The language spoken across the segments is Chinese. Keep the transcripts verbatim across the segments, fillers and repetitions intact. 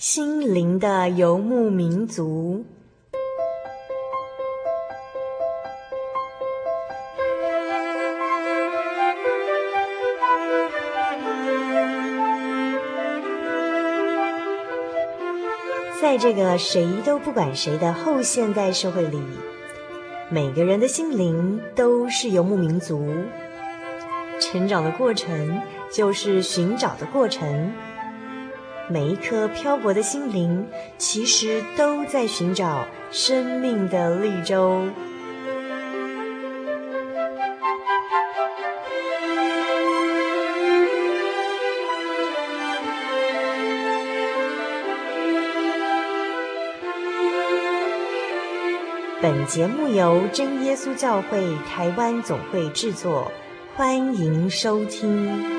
心灵的游牧民族。在这个谁都不管谁的后现代社会里，每个人的心灵都是游牧民族。成长的过程就是寻找的过程，每一颗漂泊的心灵其实都在寻找生命的绿洲。本节目由真耶稣教会台湾总会制作，欢迎收听。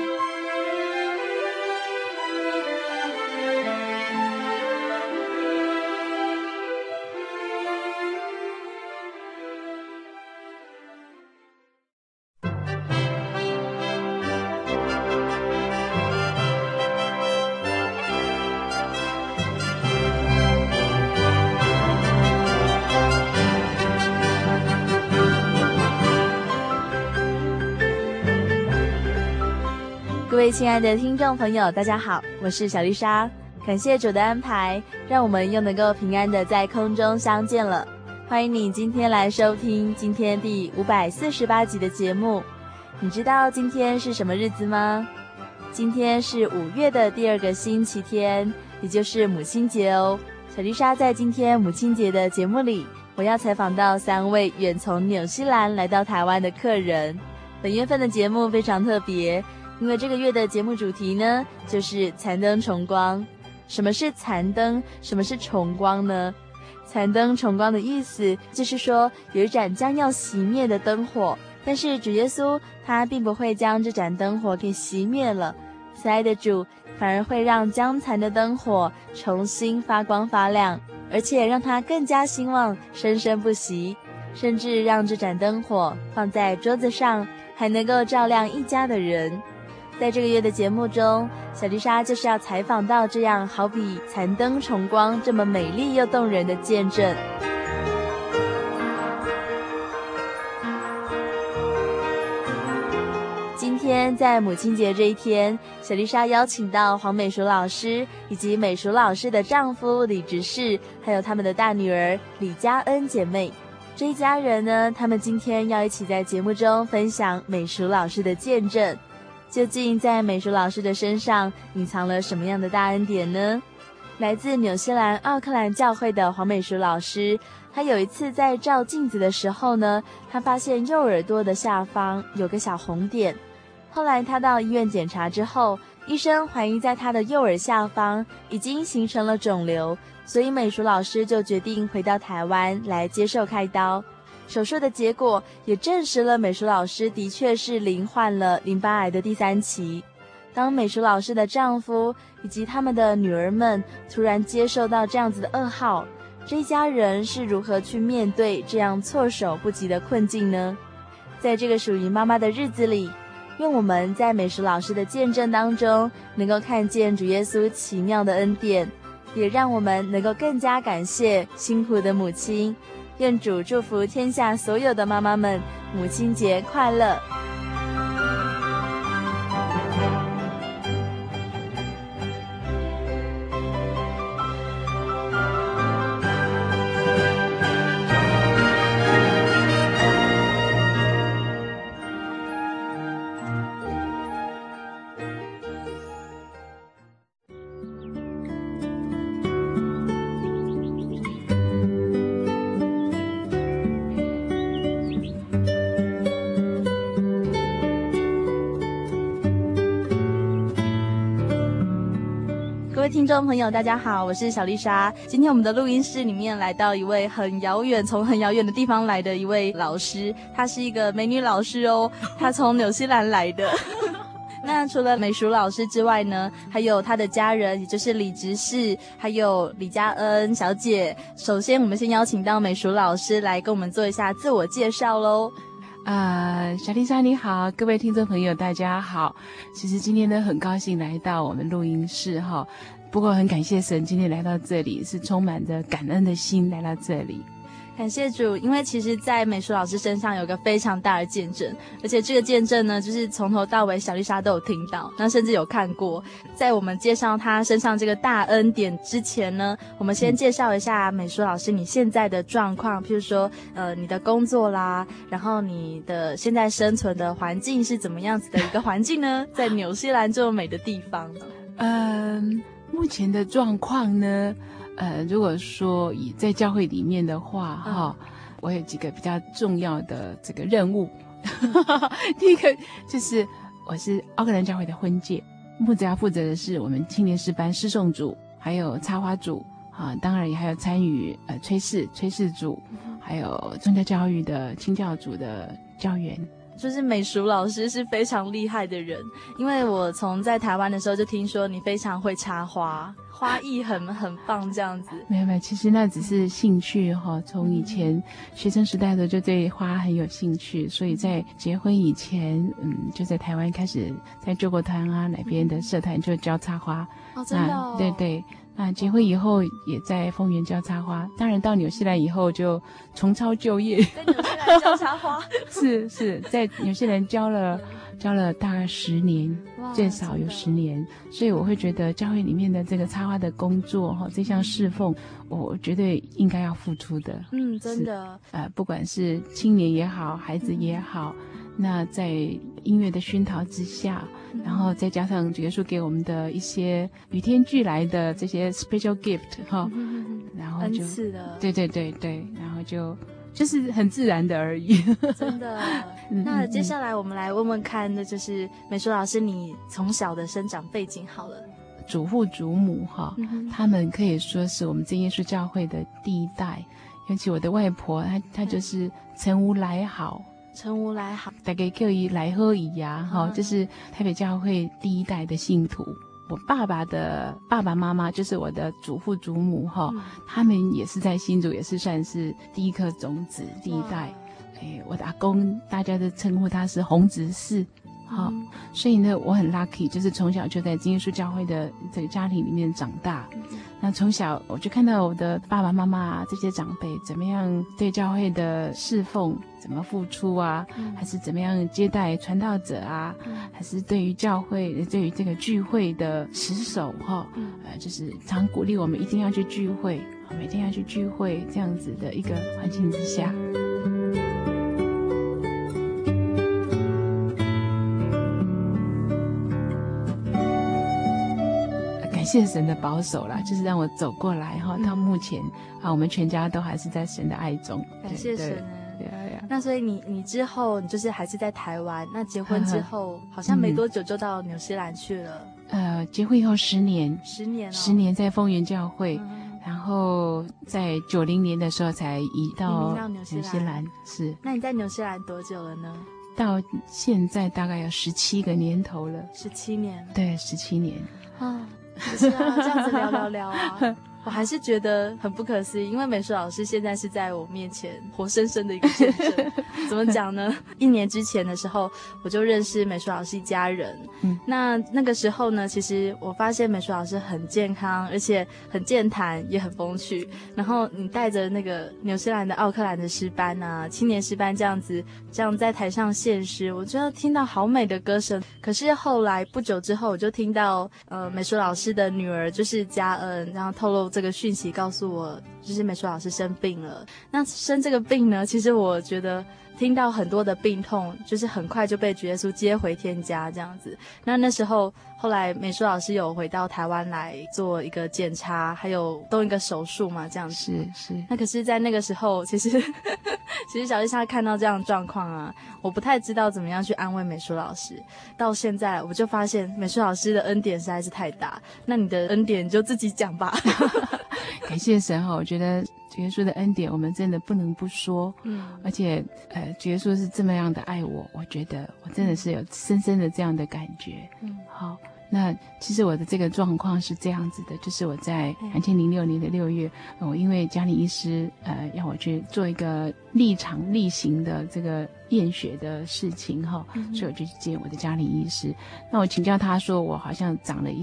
各位亲爱的听众朋友，大家好，我是小丽莎。感谢主的安排，让我们又能够平安的在空中相见了。欢迎你今天来收听今天第五百四十八集的节目。你知道今天是什么日子吗？今天是五月的第二个星期天，也就是母亲节哦。小丽莎在今天母亲节的节目里，我要采访到三位远从纽西兰来到台湾的客人。本月份的节目非常特别，因为这个月的节目主题呢，就是残灯重光。什么是残灯？什么是重光呢？残灯重光的意思就是说，有一盏将要熄灭的灯火，但是主耶稣他并不会将这盏灯火给熄灭了，慈爱的主反而会让将残的灯火重新发光发亮，而且让它更加兴旺，生生不息，甚至让这盏灯火放在桌子上，还能够照亮一家的人。在这个月的节目中，小丽莎就是要采访到这样好比残灯重光这么美丽又动人的见证。今天在母亲节这一天，小丽莎邀请到黄美淑老师以及美淑老师的丈夫李执事，还有他们的大女儿李佳恩姐妹。这一家人呢，他们今天要一起在节目中分享美淑老师的见证。究竟在美淑老师的身上隐藏了什么样的大恩典呢？来自纽西兰奥克兰教会的黄美淑老师，她有一次在照镜子的时候呢，她发现右耳朵的下方有个小红点。后来她到医院检查之后，医生怀疑在她的右耳下方已经形成了肿瘤，所以美淑老师就决定回到台湾来接受开刀。手术的结果也证实了美淑老师的确是罹患了淋巴癌的第三期。当美淑老师的丈夫以及他们的女儿们突然接受到这样子的噩耗，这一家人是如何去面对这样措手不及的困境呢？在这个属于妈妈的日子里，愿我们在美淑老师的见证当中能够看见主耶稣奇妙的恩典，也让我们能够更加感谢辛苦的母亲。愿主祝福天下所有的妈妈们，母亲节快乐！各位听众朋友大家好，我是小丽莎。今天我们的录音室里面来到一位很遥远从很遥远的地方来的一位老师，她是一个美女老师哦，她从纽西兰来的那除了美淑老师之外呢，还有她的家人，也就是李执事还有李佳恩小姐。首先我们先邀请到美淑老师来跟我们做一下自我介绍咯。 呃，小丽莎你好，各位听众朋友大家好。其实今天呢很高兴来到我们录音室哈， 不过很感谢神，今天来到这里是充满着感恩的心来到这里。 感谢主，因为其实在美术老师身上有个非常大的见证，而且这个见证呢，就是从头到尾小丽莎都有听到，那甚至有看过。在我们介绍她身上这个大恩典之前呢，我们先介绍一下美术老师你现在的状况，譬如说呃你的工作啦，然后你的现在生存的环境是怎么样子的一个环境呢？在纽西兰这么美的地方。 嗯，目前的状况呢，呃，如果说以在教会里面的话，哈、嗯，我有几个比较重要的这个任务。第一个就是我是奥克兰教会的婚介，牧者要负责的是我们青年诗班诗颂组，还有插花组啊，当然也还有参与呃炊事炊事组，还有宗教教育的青教组的教员。 就是美术老师是非常厉害的人，因为我从在台湾的时候就听说你非常会插花，花艺很很棒这样子。 没有没有，其实那只是兴趣哈，从以前学生时代的就对花很有兴趣，所以在结婚以前，嗯，就在台湾开始在救国团啊哪边的社团就教插花。 哦，真的哦。 对对。那结婚以后也在丰原教插花，当然到纽西兰以后就重操旧业， 在纽西兰教插花。 是是，在纽西兰教了教了大概十年，最少有十年，所以我会觉得教会里面的这个插花的工作哈，这项侍奉，我绝对应该要付出的。 嗯，真的。 呃，不管是青年也好，孩子也好。那在音乐的熏陶之下，然后再加上主耶稣给我们的一些与天俱来的这些 special gift 哈、嗯，然后就恩赐的， 对对对对，然后就就是很自然的而已。 真的。那接下来我们来问问看，那就是美术老师你从小的生长背景好了。 祖父祖母哈、嗯，他们可以说是我们真耶稣教会的第一代，尤其我的外婆，她她就是陈无来好。 陈无来好， 大概叫伊来喝伊呀，哈，就是台北教会第一代的信徒。我爸爸的爸爸妈妈就是我的祖父祖母哈、嗯，他们也是在新竹，也是算是第一颗种子，第一代。哎，我的阿公大家都称呼他是红执事。好、嗯，所以呢，我很 lucky， 就是从小就在真耶稣教会的这个家庭里面长大。嗯、那从小我就看到我的爸爸妈妈、啊、这些长辈怎么样对教会的侍奉怎么付出啊、嗯，还是怎么样接待传道者啊，嗯、还是对于教会对于这个聚会的持守哈、嗯，呃，就是常鼓励我们一定要去聚会，每天要去聚会这样子的一个环境之下。感谢神的保守啦，就是让我走过来哈、嗯，到目前啊，我们全家都还是在神的爱中。 感谢神。 对啊呀。 那所以你你之后你就是还是在台湾，那结婚之后、嗯、好像没多久就到纽西兰去了。 呃，结婚以后十年， 十年、哦， 十年在丰原教会，嗯、然后在九零年的时候才移到到纽西兰。 纽西兰是。 那你在纽西兰多久了呢？ 到现在大概有十七个年头了。 十七年。对， 十七年。 啊。是啊，这样子聊聊聊啊，我还是觉得很不可思议，因为美术老师现在是在我面前活生生的一个见证。怎么讲呢？一年之前的时候，我就认识美术老师一家人。嗯，那那个时候呢，其实我发现美术老师很健康，而且很健谈，也很风趣。然后你带着那个纽西兰的奥克兰的诗班啊，青年诗班这样子，这样在台上献诗，我觉得听到好美的歌声。可是后来不久之后，我就听到呃美术老师的女儿就是嘉恩，然后透露这个讯息告诉我，就是美术老师生病了。那生这个病呢，其实我觉得听到很多的病痛，就是很快就被主耶稣接回天家这样子。那那时候后来美术老师有回到台湾来做一个检查，还有动一个手术嘛，这样子。 是是。 那可是在那个时候，其实其实小丽莎看到这样的状况啊，我不太知道怎么样去安慰美术老师。到现在我就发现美术老师的恩典实在是太大，那你的恩典就自己讲吧。 感谢神哈，我觉得主耶稣的恩典我们真的不能不说。嗯，而且呃主耶稣是这么样的爱我，我觉得我真的是有深深的这样的感觉。嗯，好。那其实我的这个状况是这样子的，就是我在两千零六年的六月，我、呃、因为家里医师呃要我去做一个例场例行的这个验血的事情哈、嗯，所以我就去见我的家里医师。那我请教他说，我好像长了一个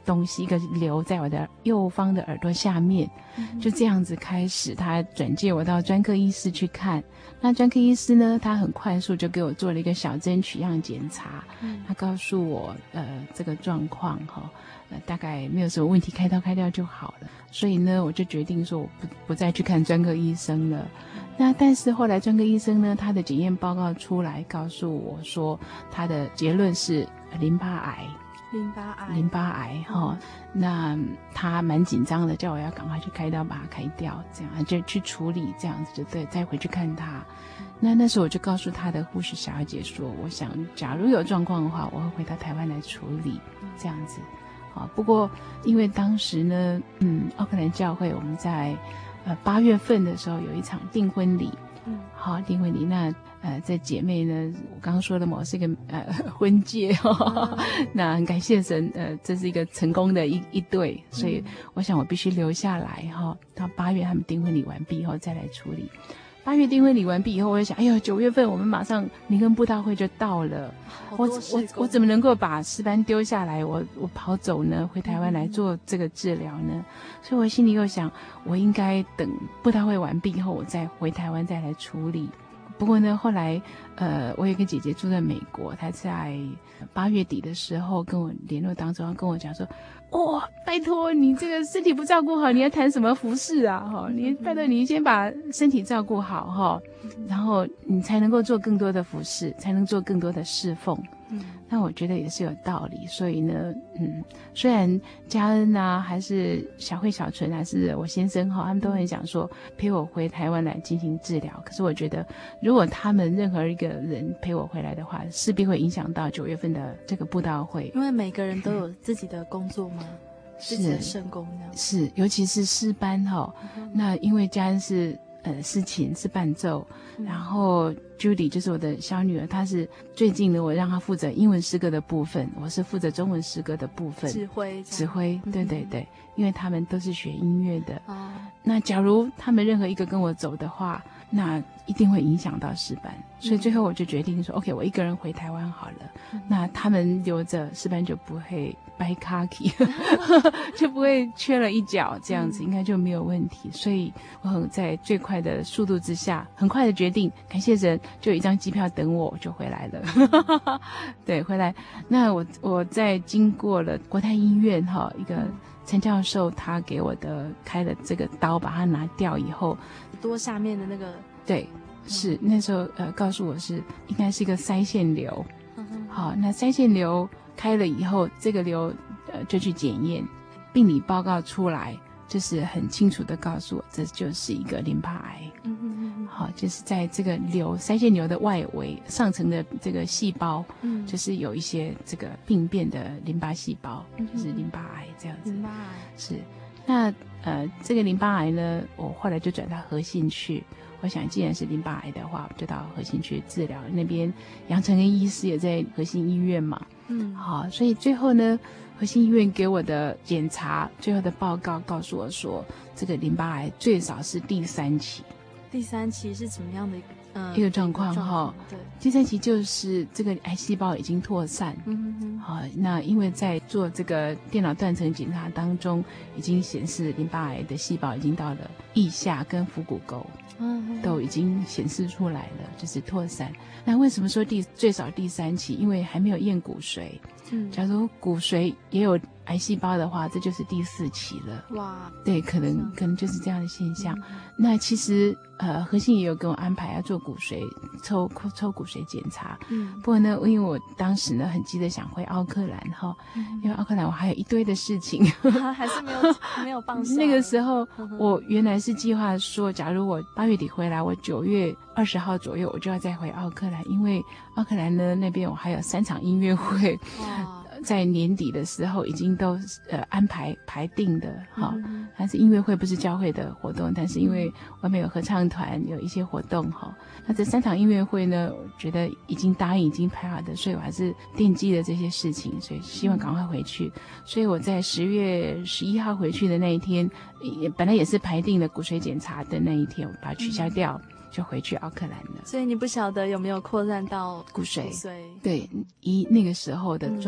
东西，一个瘤在我的右方的耳朵下面，就这样子开始，他转介我到专科医师去看。那专科医师呢，他很快速就给我做了一个小针取样检查，他告诉我，呃，这个状况哈，呃，大概没有什么问题，开刀开掉就好了。所以呢，我就决定说，我不不再去看专科医生了。那但是后来专科医生呢，他的检验报告出来，告诉我说，他的结论是淋巴癌。 淋巴癌， 淋巴癌哈、哦，那他蛮紧张的，叫我要赶快去开刀把它开掉，这样就去处理，这样子就对，再回去看他。那那时候我就告诉他的护士小姐说，我想假如有状况的话，我会回到台湾来处理，这样子。好，不过因为当时呢，嗯，奥克兰教会我们在呃八月份的时候有一场订婚礼。嗯，好，订婚礼。那呃，这姐妹呢，我刚刚说了嘛，我是一个呃婚介哦，嗯、那很感谢神，呃，这是一个成功的一一对，所以我想我必须留下来哈、哦，到八月他们订婚礼完毕以后再来处理。八月订婚礼完毕以后，我就想，哎呦，九月份我们马上灵恩布道会就到了，我我我怎么能够把诗班丢下来，我我跑走呢？回台湾来做这个治疗呢？嗯、所以我心里又想，我应该等布道会完毕以后，我再回台湾再来处理。不过呢，后来，呃，我有一个姐姐住在美国，她在八月底的时候跟我联络当中，跟我讲说，哇、哦，拜托你这个身体不照顾好，你要谈什么服事啊？哈，你拜托你先把身体照顾好哈，然后你才能够做更多的服事，才能做更多的侍奉。嗯，那我觉得也是有道理。所以呢，嗯，虽然嘉恩啊，还是小慧、小纯，还是我先生哈，他们都很想说陪我回台湾来进行治疗。可是我觉得，如果他们任何一个人陪我回来的话，势必会影响到九月份的这个布道会。 因为每个人都有自己的工作嘛，自己的圣工这样。 是，尤其是诗班哈、嗯，那因为嘉恩是呃诗琴是伴奏，嗯、然后 Judy 就是我的小女儿，她是最近呢，我让她负责英文诗歌的部分，我是负责中文诗歌的部分， 指挥指挥，对对对，嗯、因为他们都是学音乐的。哦，那假如他们任何一个跟我走的话，那一定会影响到诗班，所以最后我就决定说、嗯、OK， 我一个人回台湾好了，嗯、那他们留着诗班就不会掰卡起，就不会缺了一角，这样子、嗯、应该就没有问题。所以我很在最快的速度之下，很快的决定，感谢神，就有一张机票等我，我就回来了。对，回来。那我我在经过了国泰医院哈，一个陈教授他给我的开了这个刀，把它拿掉以后， 多下面的那个， 对，是那时候呃告诉我是应该是一个腮腺瘤。嗯、好，那腮腺瘤开了以后，这个瘤呃就去检验，病理报告出来，就是很清楚的告诉我，这就是一个淋巴癌。嗯嗯嗯，好，就是在这个瘤腮腺瘤的外围上层的这个细胞，嗯，就是有一些这个病变的淋巴细胞，嗯、就是淋巴癌这样子。 淋巴癌是，那呃这个淋巴癌呢，我后来就转到核心去。我想，既然是淋巴癌的话，我就到核心去治疗。那边杨承恩医师也在核心医院嘛，嗯，好，所以最后呢，核心医院给我的检查，最后的报告告诉我说，这个淋巴癌最少是第三期。 第三期是怎么样的一个呃一个状况哈？ 对， 第三期就是这个癌细胞已经扩散，嗯嗯，好，那因为在做这个电脑断层检查当中，已经显示淋巴癌的细胞已经到了腋下跟腹股沟。嗯，都已经显示出来了，就是扩散。那为什么说第最少第三期？因为还没有验骨髓。嗯，假如骨髓也有癌细胞的话，这就是第四期了。哇，对，可能可能就是这样的现象。嗯、那其实呃，核心也有跟我安排要做骨髓抽抽骨髓检查。嗯，不过呢，因为我当时呢很急的想回奥克兰哈，嗯、因为奥克兰我还有一堆的事情， 还是没有没有放下。 那个时候我原来是计划说，假如我八月底回来，我九月二十号左右我就要再回奥克兰，因为奥克兰呢那边我还有三场音乐会。在年底的时候已经都呃安排排定的哈，嗯、但是音乐会不是教会的活动，但是因为外面有合唱团有一些活动哈，那这三场音乐会呢，我觉得已经答应已经排好的，所以我还是惦记了这些事情，所以希望赶快回去。所以我在十月十一号回去的那一天，也本来也是排定了骨髓检查的那一天，我把它取消掉。嗯，就回去奥克兰了， 所以你不晓得有没有扩散到骨髓？ 骨髓对，以那个时候的状况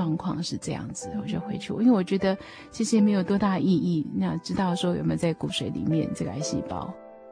是这样子，我就回去，因为我觉得其实也没有多大意义，那知道说有没有在骨髓里面这个癌细胞。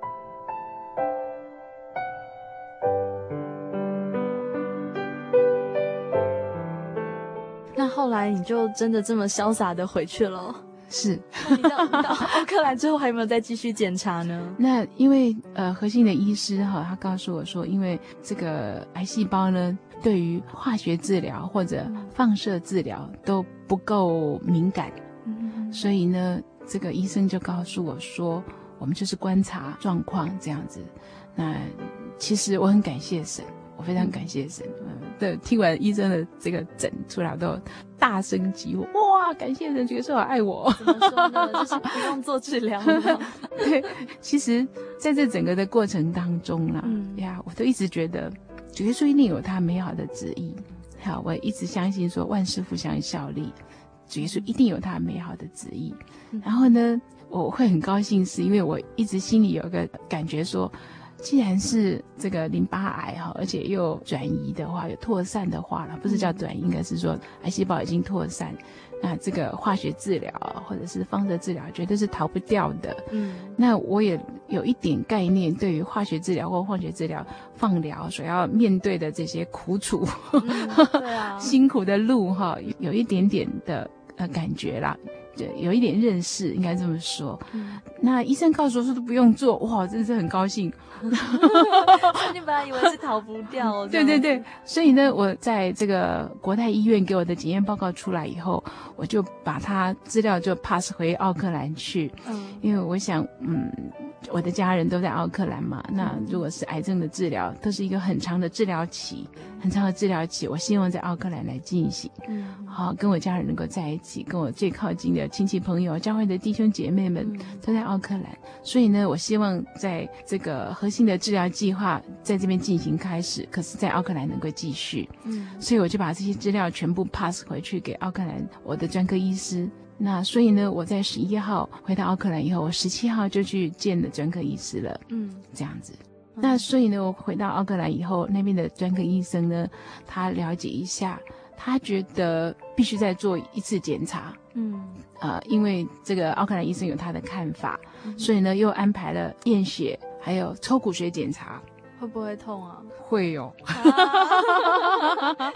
那后来你就真的这么潇洒的回去了？ 是。 那你到到奥克兰之后还有没有再继续检查呢？ 那因为呃核心的医师哈，他告诉我说，因为这个癌细胞呢，对于化学治疗或者放射治疗都不够敏感，嗯，所以呢，这个医生就告诉我说，我们就是观察状况这样子。那其实我很感谢神。我非常感谢神，嗯，对，听完医生的这个诊出来，都大声疾呼，哇，感谢神，觉得说好爱我。 怎么说呢？就是不用做治疗吗？ 对，其实在这整个的过程当中啦，嗯呀，我都一直觉得，主耶稣一定有他美好的旨意。好，我一直相信说，万事互相效力，主耶稣一定有他美好的旨意。嗯、然后呢，我会很高兴，是因为我一直心里有个感觉说，既然是这个淋巴癌哈，而且又转移的话，有扩散的话了，不是叫转移，应该是说癌细胞已经扩散，那这个化学治疗或者是放射治疗绝对是逃不掉的。嗯，那我也有一点概念，对于化学治疗或化学治疗、放疗所要面对的这些苦楚，嗯、对啊，辛苦的路哈，有一点点的呃感觉啦。对，有一点认识，应该这么说。嗯、那医生告诉我说都不用做，哇，真是很高兴。 所以你本来以为是逃不掉哦。 对对对，所以呢，我在这个国泰医院给我的检验报告出来以后，我就把它资料就 pass 回奥克兰去。嗯，因为我想，嗯，我的家人都在奥克兰嘛，那如果是癌症的治疗，都是一个很长的治疗期，很长的治疗期，我希望在奥克兰来进行。嗯，好，跟我家人能够在一起，跟我最靠近的亲戚朋友、教会的弟兄姐妹们都在奥克兰，所以呢，我希望在这个核心的治疗计划在这边进行开始，可是在奥克兰能够继续。嗯，所以我就把这些资料全部 pass 回去给奥克兰我的专科医师。那所以呢，我在十一号回到奥克兰以后，我十七号就去见了专科医师了。嗯，这样子。那所以呢，我回到奥克兰以后，那边的专科医生呢，他了解一下，他觉得必须再做一次检查。嗯，呃，因为这个奥克兰医生有他的看法，嗯、所以呢，又安排了验血，还有抽骨髓检查。 会不会痛啊？ 会有、哦。 啊、多痛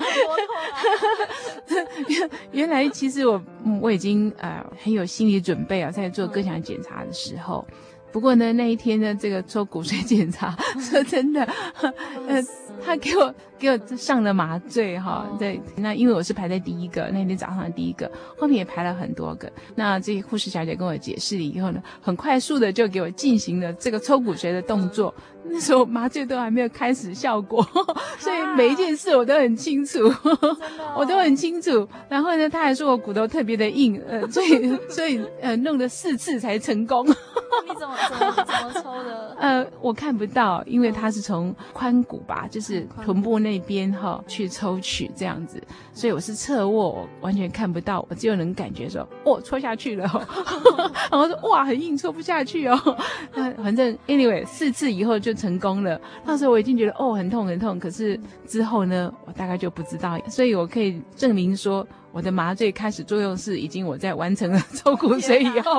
啊！原来其实我我已经呃很有心理准备啊，在做各项检查的时候。不过呢，那一天呢，这个抽骨髓检查，说真的，呃，他给我给我上了麻醉哈，对，那因为我是排在第一个，那天早上的第一个，后面也排了很多个。那这护士小姐跟我解释了以后呢，很快速的就给我进行了这个抽骨髓的动作。那时候麻醉都还没有开始效果，所以每一件事我都很清楚，我都很清楚。然后呢，他还说我骨头特别的硬，呃，所以所以呃弄了四次才成功。 你怎么怎么怎么抽的？ 呃，我看不到，因为他是从髋骨吧，就是臀部那边哈去抽取这样子，所以我是侧卧，我完全看不到，我只有能感觉说，哦，抽下去了、哦，然后说哇很硬，抽不下去哦。那反正 anyway 四次以后就成功了。那时候我已经觉得哦很痛很痛，可是之后呢，我大概就不知道，所以我可以证明说。我的麻醉开始作用是已经我在完成了抽骨髓以后，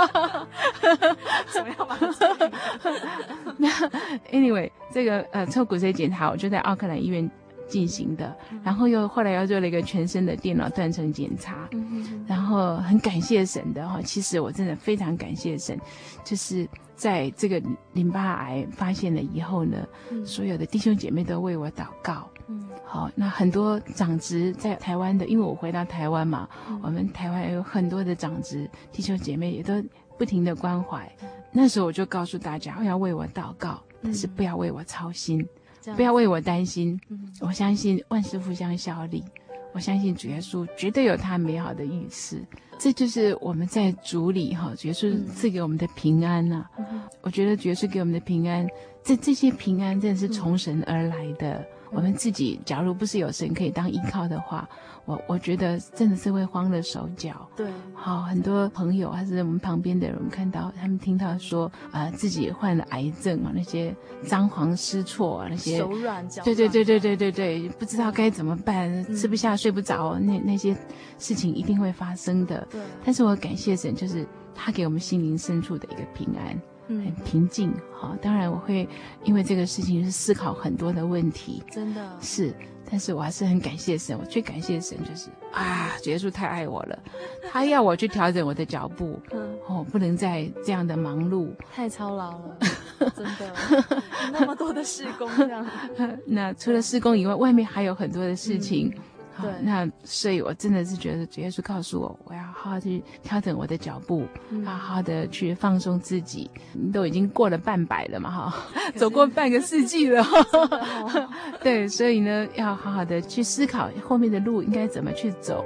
怎么样麻醉？ 那 anyway 这个呃抽骨髓检查我就在奥克兰医院进行的，然后又后来又做了一个全身的电脑断层检查，然后很感谢神的哈，其实我真的非常感谢神，就是在这个淋巴癌发现了以后呢，所有的弟兄姐妹都为我祷告。嗯，好，那很多长职在台湾的，因为我回到台湾嘛，嗯、我们台湾有很多的长职弟兄姐妹也都不停的关怀。嗯、那时候我就告诉大家，要为我祷告，但是不要为我操心，嗯、不要为我担心。嗯、我相信万事互相效力，我相信主耶稣绝对有他美好的预示。这就是我们在主里哈，主耶稣赐给我们的平安呐、啊。嗯、我觉得主耶稣给我们的平安，这这些平安真的是从神而来的。 我们自己假如不是有神可以当依靠的话，我我觉得真的是会慌了手脚。 对， 好，很多朋友还是我们旁边的人，我们看到他们听到说啊、呃、自己患了癌症啊，那些张皇失措啊，那些手软脚软， 对对对对对对对，不知道该怎么办， 嗯、 吃不下睡不着，那那些事情一定会发生的。 对， 但是我感谢神，就是他给我们心灵深处的一个平安。很平静，好，当然我会因为这个事情是思考很多的问题， 真的是，但是我还是很感谢神。我最感谢神就是啊，耶稣太爱我了，他要我去调整我的脚步，嗯，哦，不能再这样的忙碌， 太操劳了，真的，那么多的事工这样。 那除了事工以外，外面还有很多的事情。嗯对， 那所以我真的是觉得主耶稣告诉我，我要好好去调整我的脚步，嗯、好好的去放松自己。都已经过了半百了嘛，哈，走过半个世纪了，哦、对，所以呢，要好好的去思考后面的路应该怎么去走。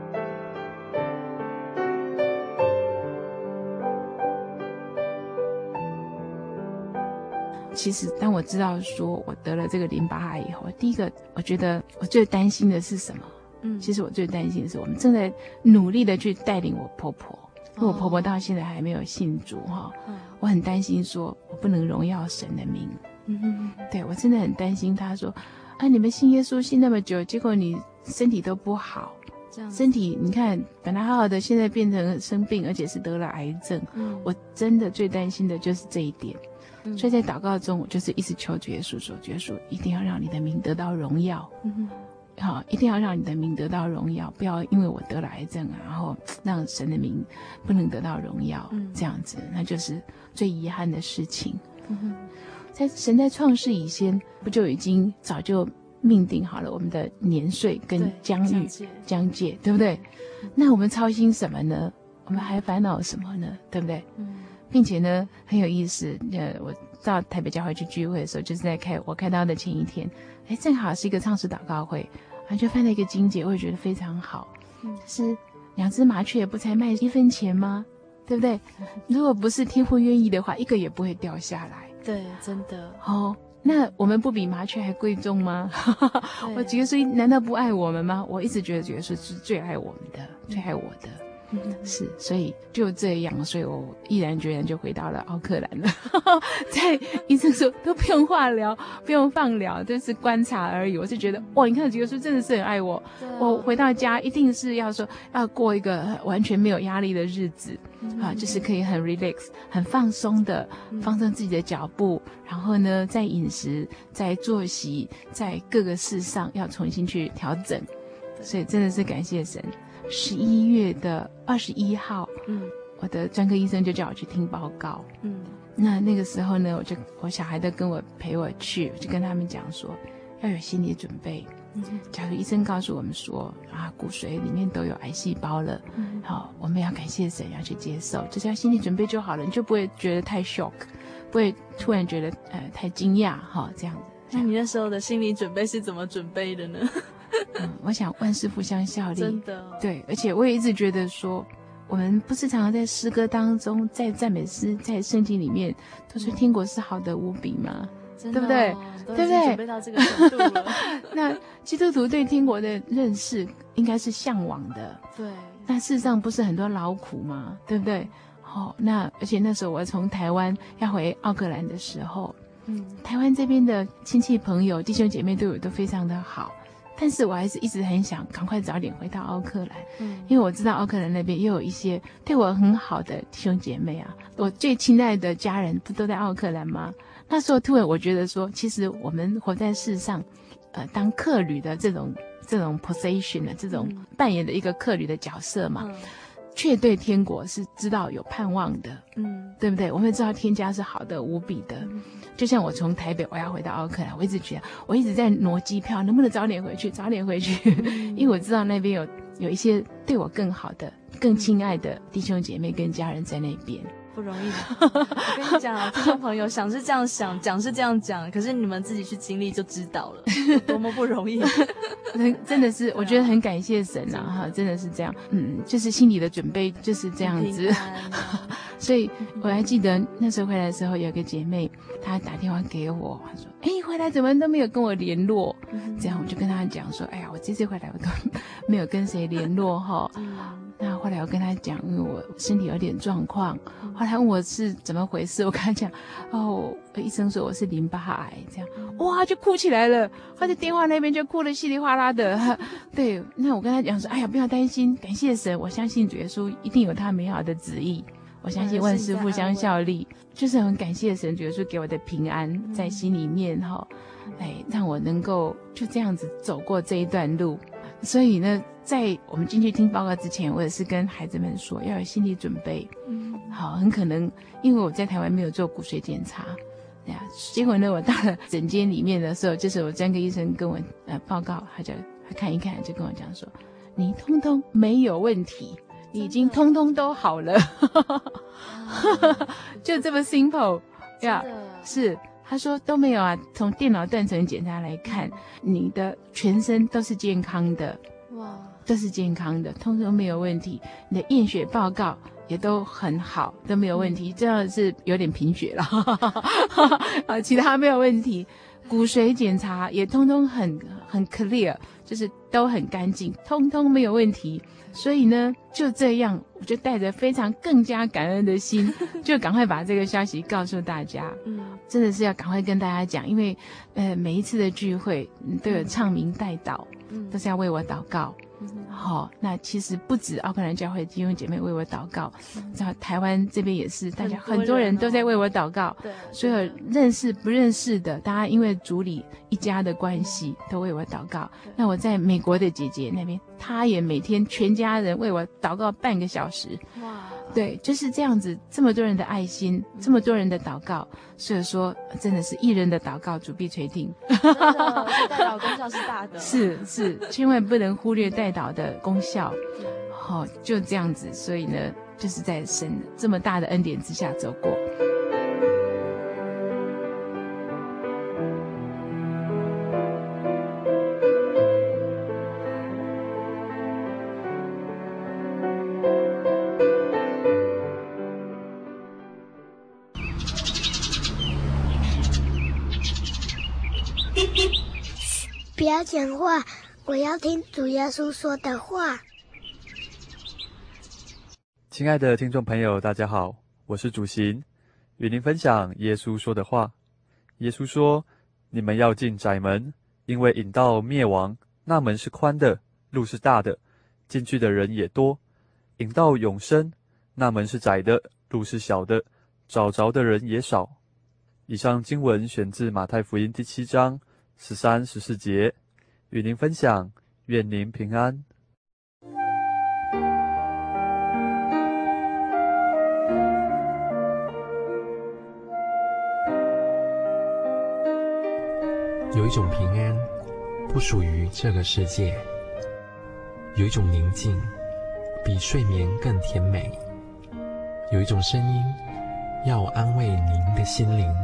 其实当我知道说我得了这个淋巴癌以后，第一个我觉得我最担心的是什么？嗯，其实我最担心的是我们正在努力的去带领我婆婆，因为我婆婆到现在还没有信主哈，哦，我很担心说我不能荣耀神的名。嗯哼，对，我真的很担心。她说啊，你们信耶稣信那么久，结果你身体都不好，这样身体你看本来好好的，现在变成生病，而且是得了癌症。嗯，我真的最担心的就是这一点。所以在祷告中，我就是一直求主耶稣说，主耶稣一定要让你的名得到荣耀，嗯，好，一定要让你的名得到荣耀，不要因为我得了癌症啊，然后让神的名不能得到荣耀，嗯，这样子，那就是最遗憾的事情。嗯，在神在创世以前，不就已经早就命定好了我们的年岁跟疆域疆界，对不对？那我们操心什么呢？我们还烦恼什么呢？对不对？嗯。并且呢，很有意思。呃，我到台北教会去聚会的时候，就是在开我开刀的前一天，哎，正好是一个唱诗祷告会，啊，就翻了一个经节，我也觉得非常好。嗯，是两只麻雀不才卖一分钱吗？对不对？如果不是天父愿意的话，一个也不会掉下来。 对，真的。 哦，那我们不比麻雀还贵重吗？我觉得说，难道不爱我们吗？我一直觉得，觉得说是最爱我们的，最爱我的。是，所以就这样，所以我毅然决然就回到了奥克兰了。在医生说都不用化疗，不用放疗，就是观察而已。我是觉得，哇，你看主耶稣真的是很爱我。啊、我回到家一定是要说要过一个完全没有压力的日子，嗯、啊，就是可以很 relax、很放松的放松自己的脚步，然后呢，在饮食、在作息、在各个事上要重新去调整。所以真的是感谢神。十一月的二十一号，嗯，我的专科医生就叫我去听报告，嗯，那那个时候呢，我就我小孩都跟我陪我去，我就跟他们讲说要有心理准备。嗯，假如医生告诉我们说啊，骨髓里面都有癌细胞了，嗯，好，我们要感谢神，要去接受，只要心理准备就好了，你就不会觉得太 shock， 不会突然觉得呃太惊讶哈，这样子。 那你那时候的心理准备是怎么准备的呢？ 嗯，我想万事互相效力， 真的对，而且我也一直觉得说，我们不是常常在诗歌当中，在赞美诗，在圣经里面都说天国是好的无比吗？ 真的、哦、对不对？对不对？ 准备到这个程度了。 那基督徒对天国的认识应该是向往的， 对。 那事实上不是很多劳苦吗？对不对？好、哦，那而且那时候我从台湾要回奥克兰的时候，嗯，台湾这边的亲戚朋友、弟兄姐妹对我都非常的好。但是我还是一直很想赶快早点回到奥克兰，嗯，因为我知道奥克兰那边也有一些对我很好的弟兄姐妹啊，我最亲爱的家人不都在奥克兰吗？那时候突然我觉得说，其实我们活在世上，呃，当客旅的这种这种 position 的这种扮演的一个客旅的角色嘛，嗯，却对天国是知道有盼望的，嗯，对不对？我们知道天家是好的无比的。嗯，就像我从台北我要回到奥克兰，我一直觉得我一直在挪机票，能不能早点回去早点回去，嗯，因为我知道那边有有一些对我更好的更亲爱的弟兄姐妹跟家人在那边， 不容易的。我跟你讲啊，听众朋友，想是这样想，讲是这样讲，可是你们自己去经历就知道了，多么不容易。 真的是，我觉得很感谢神啊，哈，真的是这样，嗯，就是心里的准备就是这样子。 所以我还记得那时候回来的时候，有个姐妹她打电话给我，她说：“哎，回来怎么都没有跟我联络？”这样我就跟她讲说：“哎呀，我这次回来我都没有跟谁联络哈。”那后来我跟她讲，因为我身体有点状况，后来问我是怎么回事，我跟她讲：“哦，医生说我是淋巴癌。”这样哇就哭起来了，她在电话那边就哭得稀里哗啦的。对，那我跟她讲说：“哎呀，不要担心，感谢神，我相信主耶稣一定有他美好的旨意。”我相信万事互相效力，就是很感谢神主耶稣给我的平安在心里面哈，哎，让我能够就这样子走过这一段路。所以呢，在我们进去听报告之前，我也是跟孩子们说要有心理准备。嗯，好，很可能因为我在台湾没有做骨髓检查，对啊，结果呢，我到了诊间里面的时候，就是我专科医生跟我呃报告，他就他看一看，就跟我讲说，你通通没有问题。已经通通都好了，就这么 simple 呀、yeah, 是他说都没有啊，从电脑断层检查来看，你的全身都是健康的，哇，都是健康的，通通没有问题，你的验血报告也都很好，都没有问题，这样是有点贫血了啊，其他没有问题，骨髓检查也通通很很 clear， 就是都很干净，通通没有问题。所以呢，就这样，我就带着非常更加感恩的心，就赶快把这个消息告诉大家。嗯，真的是要赶快跟大家讲，因为呃每一次的聚会、嗯、都有唱名代祷，嗯，都是要为我祷告。好、哦，那其实不止奥克兰教会弟兄姐妹为我祷告，在、嗯、台湾这边也是，大家很多人都在为我祷告。对，所有认识不认识的，大家因为主里一家的关系，都为我祷告。那我在美国的姐姐那边，她也每天全家人为我祷告半个小时。哇，对，就是这样子，这么多人的爱心，这么多人的祷告，所以说真的是一人的祷告，主必垂听。 真的，代祷功效是大的。 是是，千万不能忽略代祷的功效。好、哦，就这样子，所以呢，就是在神这么大的恩典之下走过。 不要讲话，我要听主耶稣说的话。 亲爱的听众朋友，大家好，我是主行，与您分享耶稣说的话。耶稣说：“你们要进窄门，因为引到灭亡，那门是宽的，路是大的，进去的人也多；引到永生，那门是窄的，路是小的，找着的人也少。”以上经文选自马太福音第七章十三、十四节，与您分享，愿您平安。 有一种平安，不属于这个世界；有一种宁静，比睡眠更甜美；有一种声音，要安慰您的心灵。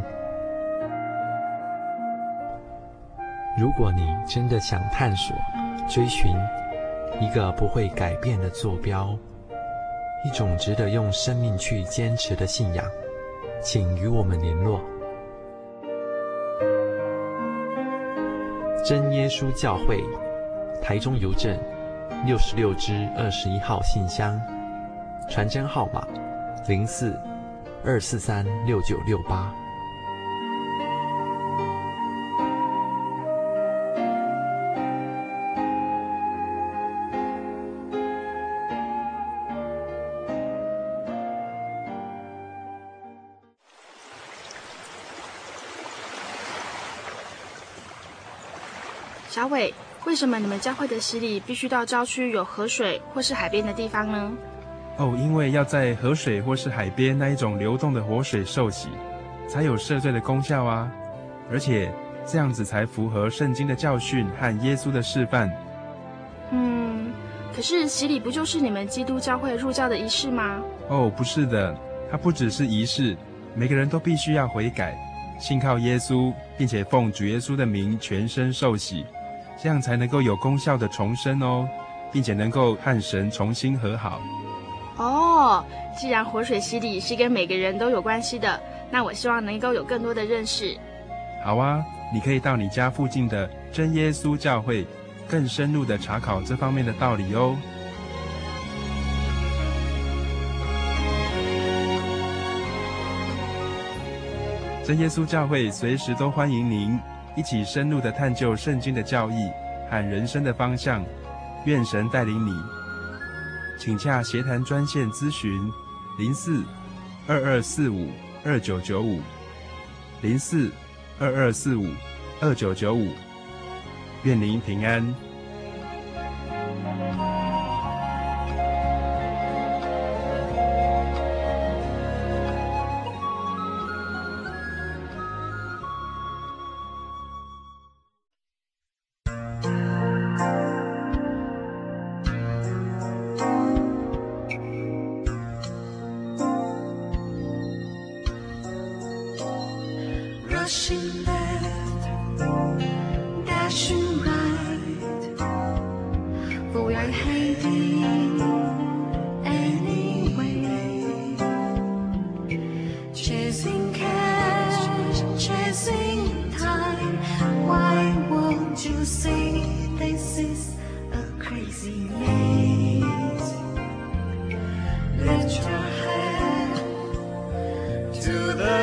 如果你真的想探索、追寻一个不会改变的坐标，一种值得用生命去坚持的信仰，请与我们联络。真耶稣教会，台中邮政六十六支二十一号信箱，传真号码零四二四三六九六八。 小伟，为什么你们教会的洗礼必须到郊区有河水或是海边的地方呢？ 哦，因为要在河水或是海边那一种流动的活水受洗，才有赦罪的功效啊！而且这样子才符合圣经的教训和耶稣的示范。 嗯，可是洗礼不就是你们基督教会入教的仪式吗？ 哦，不是的，它不只是仪式，每个人都必须要悔改，信靠耶稣，并且奉主耶稣的名全身受洗。这样才能够有功效的重生哦，并且能够和神重新和好。 哦， 哦，既然活水洗礼是跟每个人都有关系的，那我希望能够有更多的认识。 好啊，你可以到你家附近的真耶稣教会，更深入的查考这方面的道理哦。真耶稣教会随时都欢迎您一起深入的探究圣经的教义和人生的方向，愿神带领你。请洽协谈专线咨询零四二二四五二九九五零四二二四五二九九五，愿您平安。 Rushing left, dashing right, but we're heading anyway. Chasing cash, chasing time. Why won't you say this is a crazy maze? Lift your head to the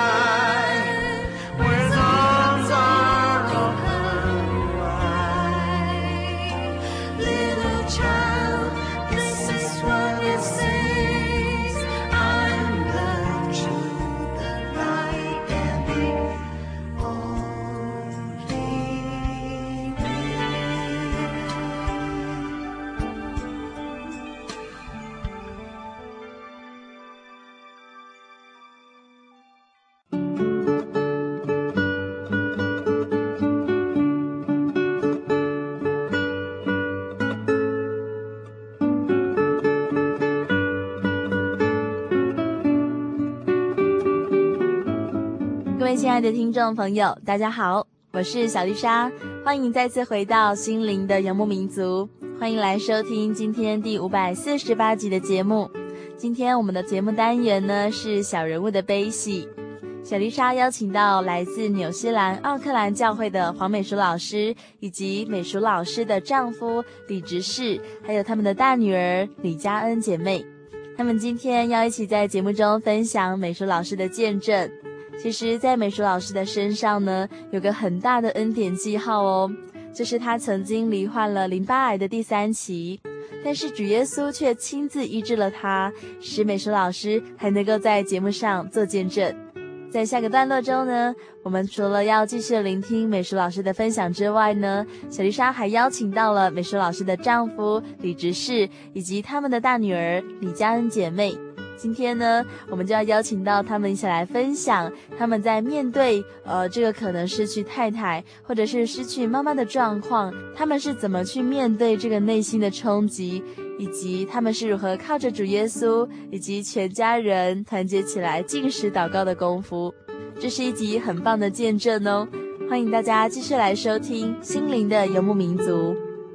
sky. 各位亲爱的听众朋友，大家好，我是小丽莎，欢迎再次回到心灵的游牧民族，欢迎来收听今天第五百四十八集的节目。今天我们的节目单元呢是小人物的悲喜，小丽莎邀请到来自纽西兰奥克兰教会的黄美淑老师，以及美淑老师的丈夫李执事，还有他们的大女儿李嘉恩姐妹，他们今天要一起在节目中分享美淑老师的见证。其实在美淑老师的身上呢，有个很大的恩典记号哦，就是她曾经罹患了淋巴癌的第三期，但是主耶稣却亲自医治了她，使美淑老师还能够在节目上做见证。在下个段落中呢，我们除了要继续聆听美淑老师的分享之外呢，小丽莎还邀请到了美淑老师的丈夫李执事以及他们的大女儿李嘉恩姐妹。今天呢，我们就要邀请到他们一起来分享他们在面对呃这个可能失去太太或者是失去妈妈的状况，他们是怎么去面对这个内心的冲击，以及他们是如何靠着主耶稣以及全家人团结起来禁食祷告的功夫。这是一集很棒的见证哦，欢迎大家继续来收听心灵的游牧民族。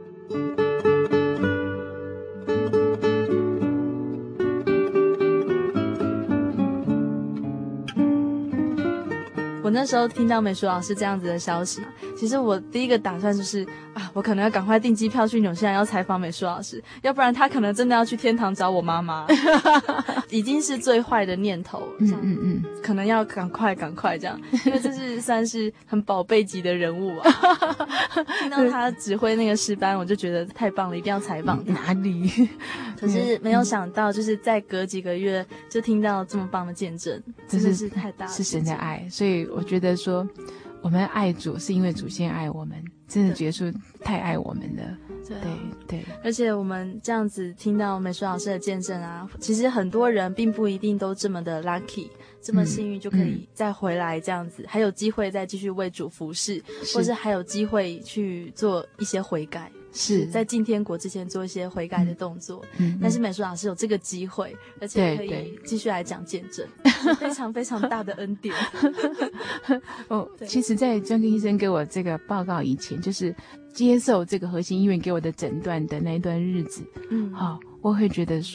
我那时候听到美淑老师这样子的消息，其实我第一个打算就是啊，我可能要赶快订机票去纽西兰要采访美淑老师，要不然他可能真的要去天堂找我妈妈，已经是最坏的念头。嗯嗯嗯，可能要赶快赶快这样，因为这是算是很宝贝级的人物啊。听到他指挥那个诗班，我就觉得太棒了，一定要采访他。 哪里？ 可是没有想到，就是再隔几个月就听到这么棒的见证，真的是太大了， 是神的爱，所以。我觉得说我们爱主是因为主先爱我们，真的耶稣太爱我们了。对 对, 对， 而且我们这样子听到美淑老师的见证啊，其实很多人并不一定都这么的 lucky， 这么幸运就可以再回来这样子，嗯、还有机会再继续为主服侍，或是还有机会去做一些悔改。是在进天国之前做一些悔改的动作，嗯、但是美淑老师有这个机会，而且可以继续来讲见证，非常非常大的恩典。 哦，其实，在专科医生给我这个报告以前，就是接受这个核心医院给我的诊断的那一段日子，嗯，好、哦，我会觉得说，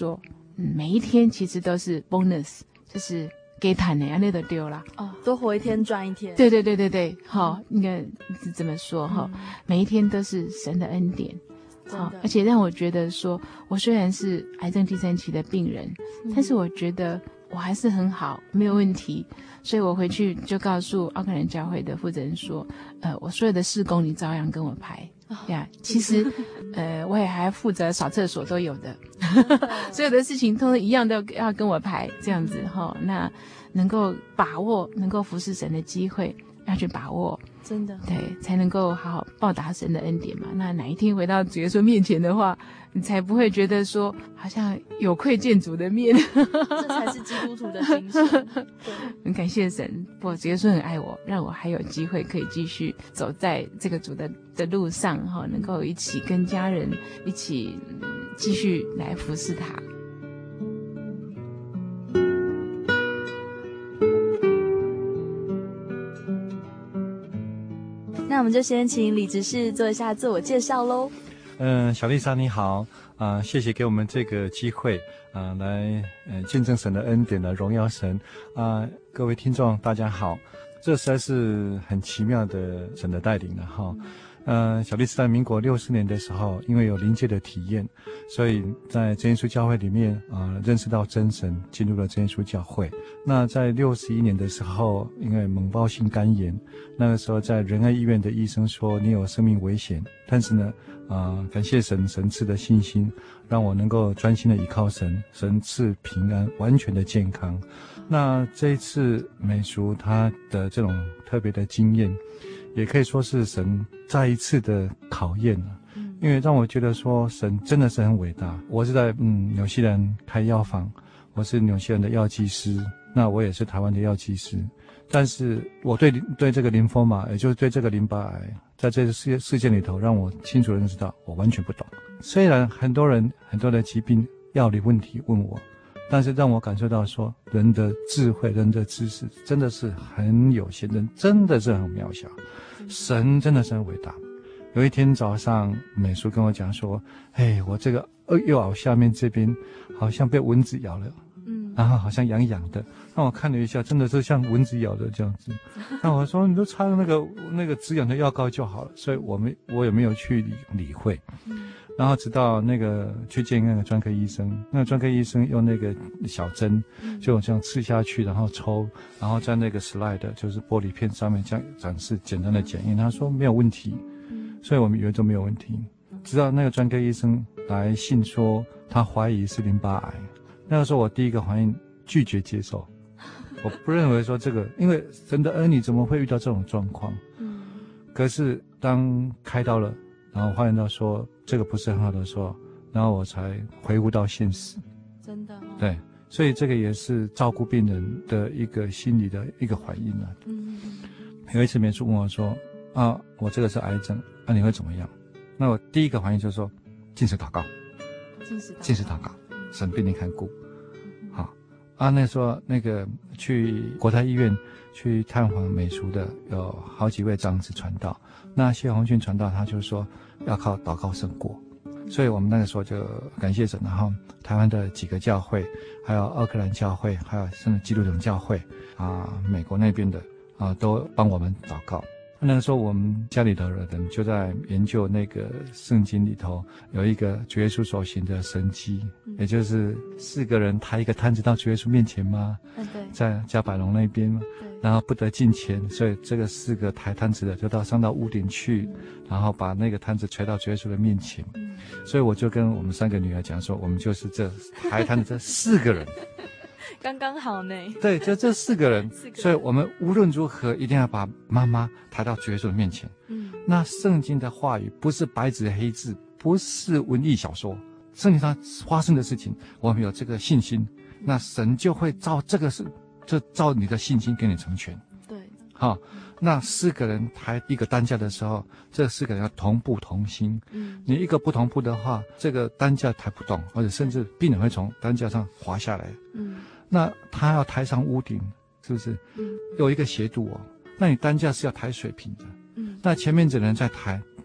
嗯，每一天其实都是 bonus， 就是给谈的，那都丢了哦，多活一天赚一天。 对对对对对，好、哦，应该是这么说哈、嗯，每一天都是神的恩典。好、哦，而且让我觉得说，我虽然是癌症第三期的病人，嗯、但是我觉得我还是很好，没有问题。所以我回去就告诉奥克兰教会的负责人说，呃，我所有的事工你照样跟我排。呀、yeah, ，其实，呃，我也还负责扫厕所都有的，所有的事情都一样都要跟我排，这样子哈。那能够把握能够服侍神的机会，要去把握， 真的， 对，才能够好好报答神的恩典嘛。那哪一天回到主耶稣面前的话，你才不会觉得说好像有愧见主的面， 这才是基督徒的精神。对， 很感谢神，我主耶稣很爱我，让我还有机会可以继续走在这个主的的路上哈，能够一起跟家人一起、嗯、继续来服侍他。 那我们就先请李执事做一下自我介绍喽。 嗯、呃，小丽莎你好啊、呃，谢谢给我们这个机会啊、呃，来呃见证神的恩典的荣耀神啊、呃，各位听众大家好，这实在是很奇妙的神的带领了哈。呃，小丽是在民国六十年的时候，因为有灵界的体验，所以在真耶稣教会里面啊、呃，认识到真神，进入了真耶稣教会。那在六十一年的时候，因为猛暴性肝炎，那个时候在仁爱医院的医生说你有生命危险，但是呢，啊、呃，感谢神神赐的信心，让我能够专心的依靠神，神赐平安，完全的健康。那这一次美淑她的这种特别的经验，也可以说是神再一次的考验了，因为让我觉得说神真的是很伟大。我是在嗯纽西兰开药房，我是纽西兰的药剂师，那我也是台湾的药剂师，但是我对对这个淋风嘛，也就是对这个淋巴癌，在这个事事件里头，让我清楚的认识到我完全不懂。虽然很多人很多的疾病药理问题问我，但是让我感受到说人的智慧人的知识真的是很有限，人真的是很渺小，神真的是很伟大。有一天早上美淑跟我讲说，嘿，我这个右耳下面这边好像被蚊子咬了，嗯，然后好像痒痒的，那我看了一下，真的是像蚊子咬的这样子。那我说你都擦那个那个止痒的药膏就好了，所以我没我也没有去理理会。然后直到那个去见那个专科医生，那个专科医生用那个小针就这样刺下去，然后抽，然后在那个 slide 就是玻璃片上面这样展示简单的检验，他说没有问题，所以我们以为都没有问题，直到那个专科医生来信说他怀疑是淋巴癌，那个时候我第一个反应拒绝接受，我不认为说这个，因为神的儿女怎么会遇到这种状况？可是当开刀了，然后发现到说这个不是很好的时候，然后我才回悟到现实。 真的、哦、对， 所以这个也是照顾病人的一个心理的一个反应啊。嗯，有一次美术问我说啊，我这个是癌症，那、啊、你会怎么样？那我第一个反应就是说禁食祷告， 禁食禁食祷告，神病你看顾。好啊，那时候那个去国泰医院去探访美淑的有好几位长子传道，那谢宏俊传道他就说要靠祷告胜过，所以我们那个时候就感谢神，然后台湾的几个教会，还有奥克兰教会，还有甚至基督教教会啊，美国那边的啊，都帮我们祷告。那个时候我们家里头的人就在研究那个圣经里头有一个主耶稣所行的神迹，嗯、也就是四个人抬一个摊子到主耶稣面前嘛， 嗯、对， 在加百隆那边嘛，然后不得进前，所以这个四个抬摊子的就到上到屋顶去，嗯、然后把那个摊子垂到主耶稣的面前，嗯、所以我就跟我们三个女儿讲说，我们就是这抬摊子这四个人。 刚刚好呢。 对，就这四个人，四个人所以我们无论如何一定要把妈妈抬到主耶稣的面前。嗯，那圣经的话语不是白纸黑字，不是文艺小说，圣经上发生的事情，我们有这个信心，那神就会照这个事，就照你的信心给你成全。 对， 好，那四个人抬一个担架的时候，这四个人要同步同心。嗯，你一个不同步的话，这个担架抬不动，而且甚至病人会从担架上滑下来。嗯。那他要抬上屋顶，是不是？嗯，有一个斜度哦。那你担架是要抬水平的。嗯，那前面的人在抬，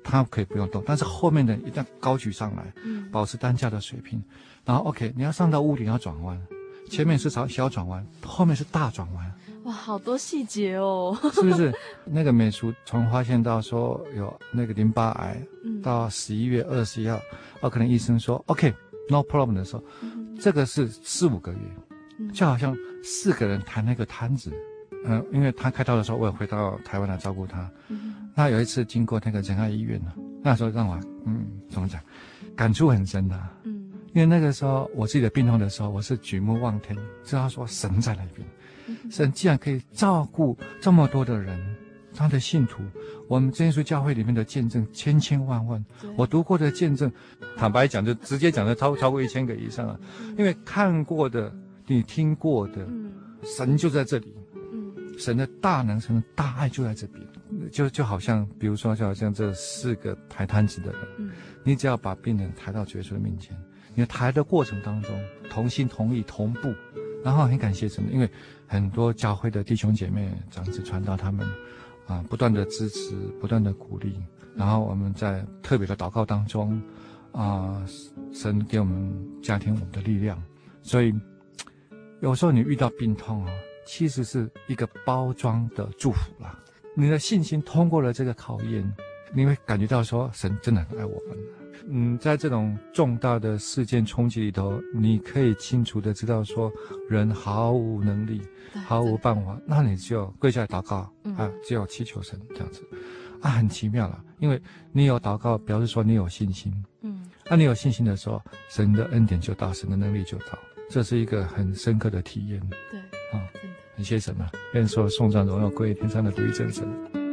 他可以不用动，但是后面的一定要高举上来，嗯，保持担架的水平。然后 OK， 你要上到屋顶要转弯，前面是小小转弯，后面是大转弯。 哇，好多细节哦， 是不是？那个美淑从发现到说有那个淋巴癌， 嗯、 到十一月二十一号，哦，可能医生说 OK no problem 的时候，嗯、这个是四五个月，嗯、就好像四个人抬那个摊子。嗯、呃，因为他开刀的时候，我也回到台湾来照顾他。嗯、那有一次经过那个仁爱医院呢，那时候让我嗯怎么讲，感触很深的、啊。嗯，因为那个时候我自己的病痛的时候，我是举目望天，知道说神在那边。神既然可以照顾这么多的人，他的信徒，我们真耶稣教会里面的见证千千万万，我读过的见证，坦白讲就直接讲的超超过一千个以上啊，因为看过的你听过的，嗯、神就在这里，嗯、神的大能神的大爱就在这边，就就好像比如说就好像这四个抬摊子的人，嗯、你只要把病人抬到主耶稣的面前，你抬的过程当中同心同意同步，然后很感谢神，因为很多教会的弟兄姐妹、长子传道他们啊，不断的支持，不断的鼓励，然后我们在特别的祷告当中啊，神给我们加添我们的力量。所以有时候你遇到病痛啊，其实是一个包装的祝福啦。你的信心通过了这个考验，你会感觉到说神真的很爱我们。嗯，在这种重大的事件冲击里头，你可以清楚的知道说人毫无能力，毫无办法，那你就跪下来祷告、嗯、啊，只有祈求神这样子啊，很奇妙了。因为你有祷告，表示说你有信心，嗯，那、啊、你有信心的时候，神的恩典就到，神的能力就到，这是一个很深刻的体验。 对， 啊，真的很谢神啊，愿所有颂赞荣耀归于天上的独一真神。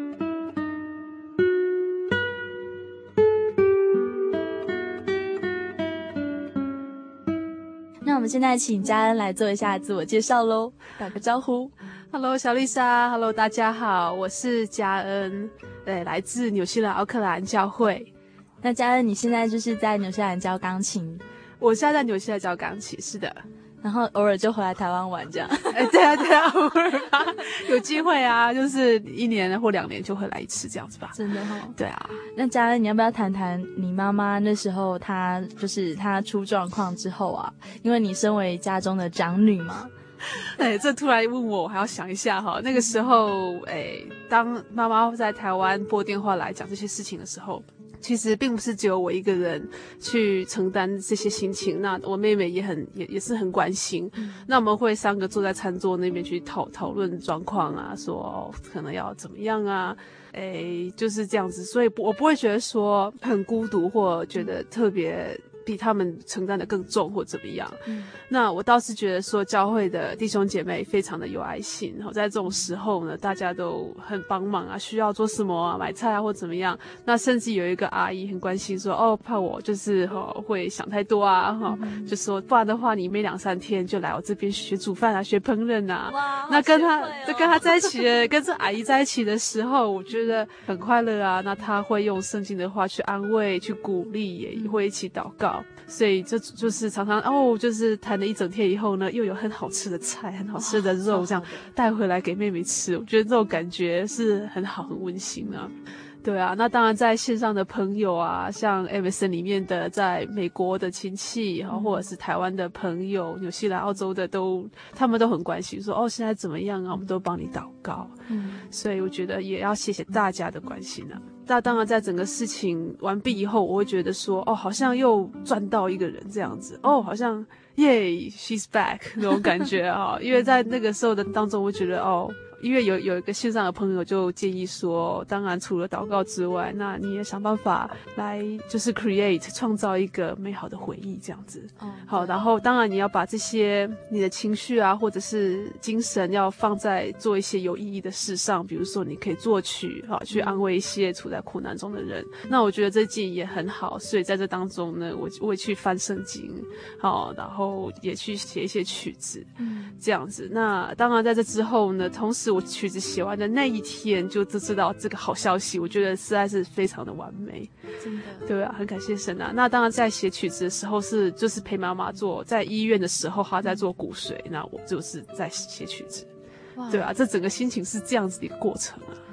那我们现在请嘉恩来做一下自我介绍咯，打个招呼。 Hello， 小丽莎 ，Hello， 大家好，我是嘉恩，对，来自纽西兰奥克兰教会。 那嘉恩，你现在就是在纽西兰教钢琴？ 我现在在纽西兰教钢琴，是的。 然后偶尔就回来台湾玩这样。 哎，对啊，对啊，偶尔吧，有机会啊，就是一年或两年就会来一次这样子吧。 真的哦。 对啊。 那嘉恩，你要不要谈谈你妈妈那时候她就是她出状况之后啊？因为你身为家中的长女嘛。 哎，这突然问我，我还要想一下哈。那个时候，哎，当妈妈在台湾拨电话来讲这些事情的时候，其实并不是只有我一个人去承担这些心情，那我妹妹也很也也是很关心、嗯、那我们会三个坐在餐桌那边去讨讨论状况啊，说、哦、可能要怎么样啊，诶就是这样子，所以我不会觉得说很孤独或觉得特别比他们承担的更重或怎么样、嗯、那我倒是觉得说教会的弟兄姐妹非常的有爱心，然后在这种时候呢大家都很帮忙啊，需要做什么啊，买菜啊或怎么样，那甚至有一个阿姨很关心说哦怕我就是哦会想太多啊、哦嗯、就说不然的话你每两三天就来我这边学煮饭啊，学烹饪啊。哇，那跟他、哦、跟他在一起的跟这阿姨在一起的时候我觉得很快乐啊，那他会用圣经的话去安慰去鼓励，也会一起祷告、嗯，所以这就是常常哦，就是谈了一整天以后呢，又有很好吃的菜、很好吃的肉这样带回来给妹妹吃，我觉得这种感觉是很好、很温馨啊。对啊，那当然在线上的朋友啊，像 M S N 里面的在美国的亲戚、嗯、或者是台湾的朋友、纽西兰、澳洲的都，他们都很关心说哦现在怎么样啊，我们都帮你祷告。嗯，所以我觉得也要谢谢大家的关心啊。那当然在整个事情完毕以后，我会觉得说哦好像又赚到一个人这样子，哦好像耶 she's back 那种感觉啊、哦，因为在那个时候的当中我觉得哦，因为有有一个线上的朋友就建议说，当然除了祷告之外，那你也想办法来就是 create 创造一个美好的回忆这样子。哦，好，然后当然你要把这些你的情绪啊或者是精神要放在做一些有意义的事上，比如说你可以作曲好去安慰一些处在苦难中的人，那我觉得这建议也很好，所以在这当中呢我我也去翻圣经好，然后也去写一些曲子。嗯，这样子。那当然在这之后呢，同时我曲子写完的那一天就知道这个好消息，我觉得实在是非常的完美，真的。对啊，很感谢神啊。那当然在写曲子的时候是就是陪妈妈做，在医院的时候她在做骨髓，那我就是在写曲子。对啊，这整个心情是这样子的一个过程啊。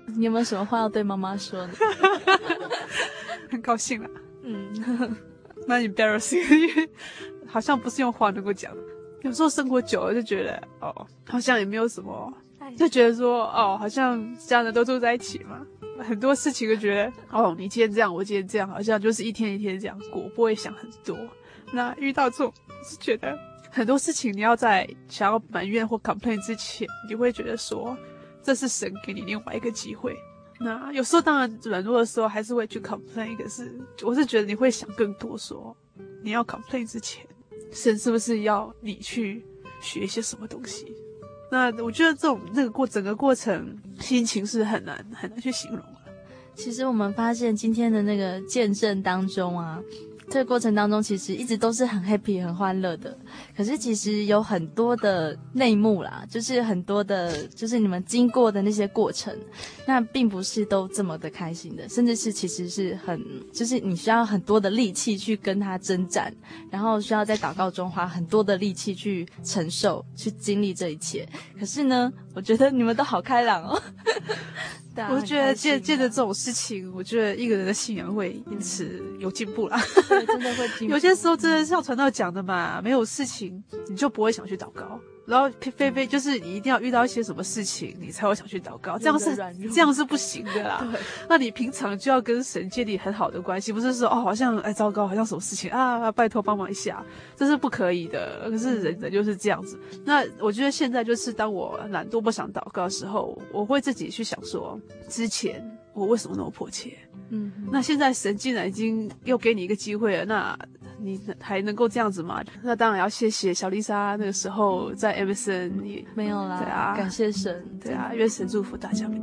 你有没有什么话要对妈妈说呢？ 很高兴啦， 嗯， 蛮 embarrassing， 因为好像不是用话能够讲的。有时候生活久了就觉得，哦，好像也没有什么，就觉得说，哦，好像家人都住在一起嘛，很多事情就觉得，哦，你今天这样，我今天这样，好像就是一天一天这样过，不会想很多。那遇到这种，是觉得很多事情你要在想要埋怨或 complain 之前，你会觉得说，这是神给你另外一个机会。那有时候当然软弱的时候还是会去 complain， 可是我是觉得你会想更多说，你要 complain 之前，神是不是要你去学一些什么东西？那我觉得这种那个过整个过程心情是很难很难去形容的。 其实我们发现今天的那个见证当中啊，这个过程当中其实一直都是很 happy 很欢乐的，可是其实有很多的内幕啦，就是很多的就是你们经过的那些过程，那并不是都这么的开心的，甚至是其实是很就是你需要很多的力气去跟他征战，然后需要在祷告中花很多的力气去承受去经历这一切。可是呢，我觉得你们都好开朗哦。 我觉得借借着这种事情，我觉得一个人的信仰会因此有进步啦。 对，真的会进步。 有些时候真的是像传道讲的嘛，没有事情你就不会想去祷告，然后非非就是你一定要遇到一些什么事情，你才会想去祷告，这样是这样是不行的啦。那你平常就要跟神建立很好的关系，不是说哦好像哎糟糕，好像什么事情啊，拜托帮忙一下，这是不可以的。可是人人就是这样子。那我觉得现在就是当我懒惰不想祷告的时候，我会自己去想说，之前我为什么那么迫切？嗯，那现在神既然已经又给你一个机会了，那你还能够这样子吗？那当然要谢谢小丽莎那个时候在 M S N 也没有啦， 对啊， 感谢神， 对啊，愿神祝福大家。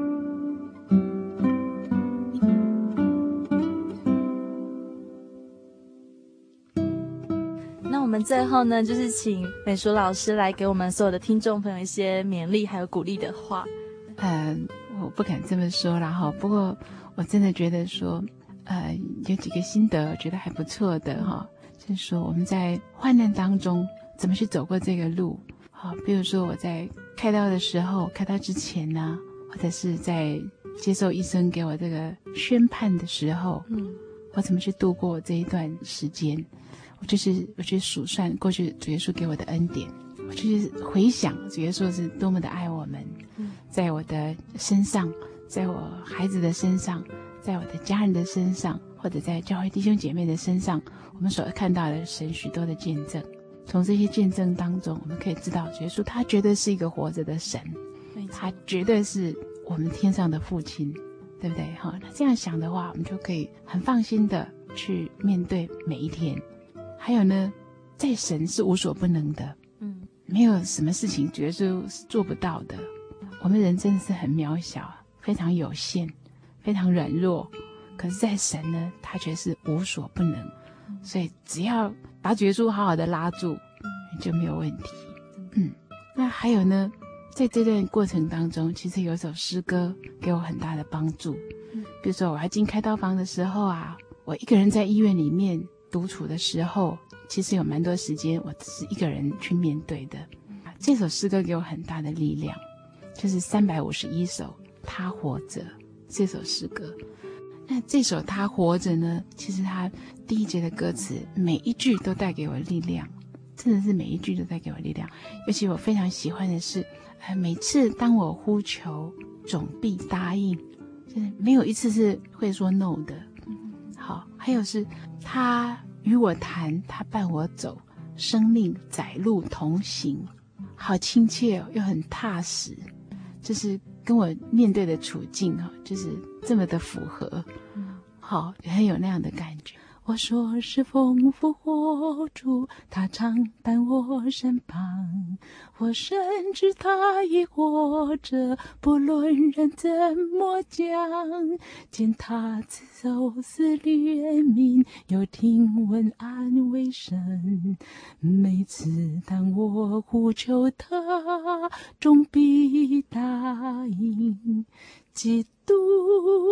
那我们最后呢，就是请美淑老师来给我们所有的听众朋友一些勉励还有鼓励的话。 嗯，我不敢这么说啦哈，不过我真的觉得说，呃，有几个心得，我觉得还不错的哈，就是说我们在患难当中怎么去走过这个路，好，比如说我在开刀的时候，开刀之前呢，或者是在接受医生给我这个宣判的时候，嗯，我怎么去度过这一段时间？我就是我去数算过去主耶稣给我的恩典，我就是回想主耶稣是多么的爱我们，嗯，在我的身上，在我孩子的身上，在我的家人的身上，或者在教会弟兄姐妹的身上，我们所看到的神许多的见证。从这些见证当中，我们可以知道主耶稣他绝对是一个活着的神，他绝对是我们天上的父亲，对不对？哈，那这样想的话，我们就可以很放心的去面对每一天。还有呢，在神是无所不能的，嗯，没有什么事情主耶稣是做不到的。我们人真的是很渺小，非常有限，非常软弱，可是在神呢，他却是无所不能，所以只要把主耶稣好好的拉住，就没有问题。嗯，那还有呢，在这段过程当中，其实有一首诗歌给我很大的帮助。比如说我要进开刀房的时候啊，我一个人在医院里面独处的时候，其实有蛮多时间我是一个人去面对的。这首诗歌给我很大的力量，就是三百五十一首他活着这首诗歌。那这首他活着呢，其实他第一节的歌词每一句都带给我力量，真的是每一句都带给我力量。尤其我非常喜欢的是，呃，每次当我呼求总必答应，就是没有一次是会说 no 的。好，还有是他与我谈，他伴我走，生命窄路同行，好亲切哦，又很踏实，就是跟我面对的处境哈，就是这么的符合，好，很有那样的感觉。我说是丰富活主，他常伴我身旁，我深知他已活着，不论人怎么讲，见他慈手撕怜悯，又听闻安慰声，每次当我呼求他，终必答应。基督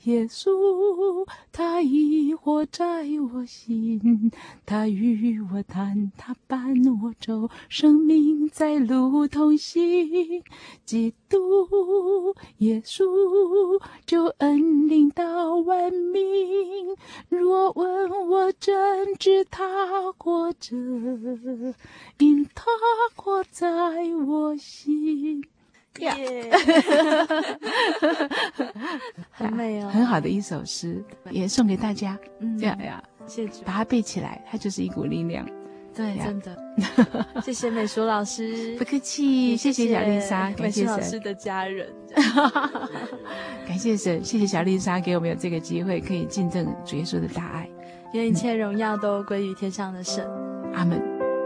耶稣，他已活在我心，他与我谈，他伴我走，生命在路同行。基督耶稣，救恩临到万民。若问我怎知他活着，因他活在我心。 耶，很美哦， 很好的一首诗，也送给大家。 嗯， 这样呀， 谢谢， 把它背起来，它就是一股力量。 对，真的。谢谢美淑老师， 不客气，谢谢小丽莎，感谢神。 美淑老师的家人， 感谢神，谢谢小丽莎给我们有这个机会，可以见证主耶稣的大爱。 愿一切荣耀都归于天上的神。 阿门。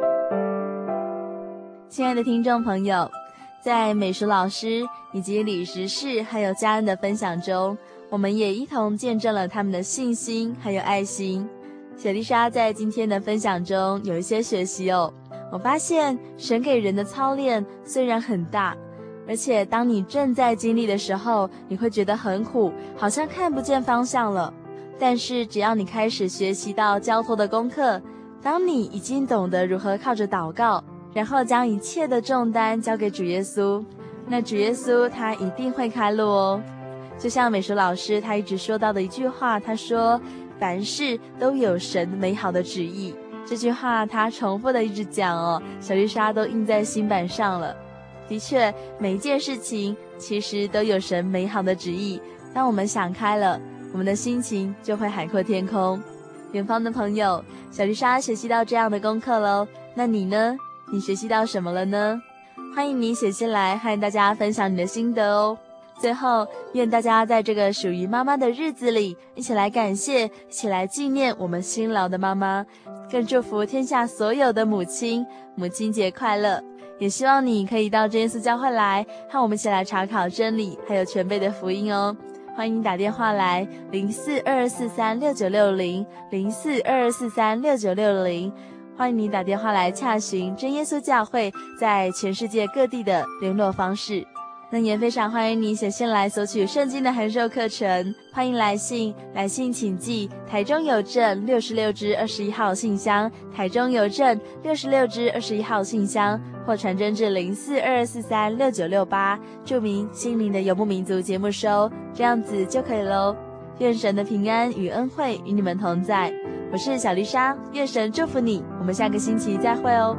亲爱的听众朋友，在美淑老师以及李执事还有家人的分享中，我们也一同见证了他们的信心还有爱心。雪丽莎在今天的分享中有一些学习哦，我发现神给人的操练虽然很大，而且当你正在经历的时候，你会觉得很苦，好像看不见方向了。但是只要你开始学习到交托的功课，当你已经懂得如何靠着祷告，然后将一切的重担交给主耶稣，那主耶稣他一定会开路哦。就像美淑老师他一直说到的一句话，他说凡事都有神美好的旨意，这句话他重复的一直讲哦，小丽莎都印在心板上了。的确，每一件事情其实都有神美好的旨意，当我们想开了，我们的心情就会海阔天空。远方的朋友，小丽莎学习到这样的功课咯，那你呢？你学习到什么了呢？欢迎你写信来和大家分享你的心得哦。最后，愿大家在这个属于妈妈的日子里，一起来感谢，一起来纪念我们辛劳的妈妈，更祝福天下所有的母亲母亲节快乐。也希望你可以到真耶稣教会来，和我们一起来查考真理还有全备的福音哦。欢迎打电话来零四二二四三六九六零 零四二二四三六九六零，欢迎你打电话来洽询真耶稣教会在全世界各地的联络方式。那也非常欢迎你写信来索取圣经的函授课程，欢迎来信，来信请寄台中邮政六十六支二十一号信箱，台中邮政六十六支二十一号信箱，或传真至零四二二四三六九六八，注明心灵的游牧民族节目收，这样子就可以咯。愿神的平安与恩惠与你们同在。我是小丽莎，愿神祝福你，我们下个星期再会哦。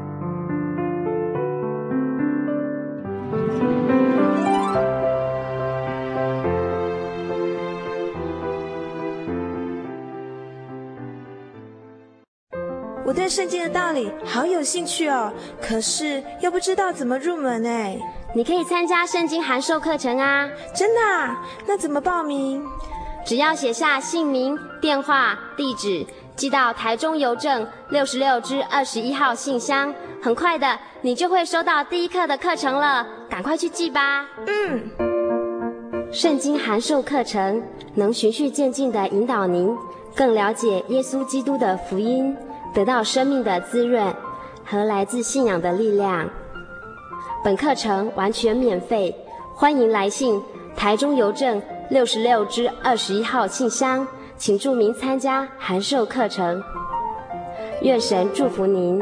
我对圣经的道理好有兴趣哦，可是又不知道怎么入门哎。 你可以参加圣经函授课程啊！ 真的啊？那怎么报名？ 只要写下姓名、电话、地址，寄到台中邮政六十六支二十一号信箱，很快的你就会收到第一课的课程了，赶快去寄吧。 嗯。 圣经函授课程能循序渐进地引导您更了解耶稣基督的福音，得到生命的滋润和来自信仰的力量。本课程完全免费，欢迎来信台中邮政六十六支二十一号信箱，请注明参加函授课程。愿神祝福您。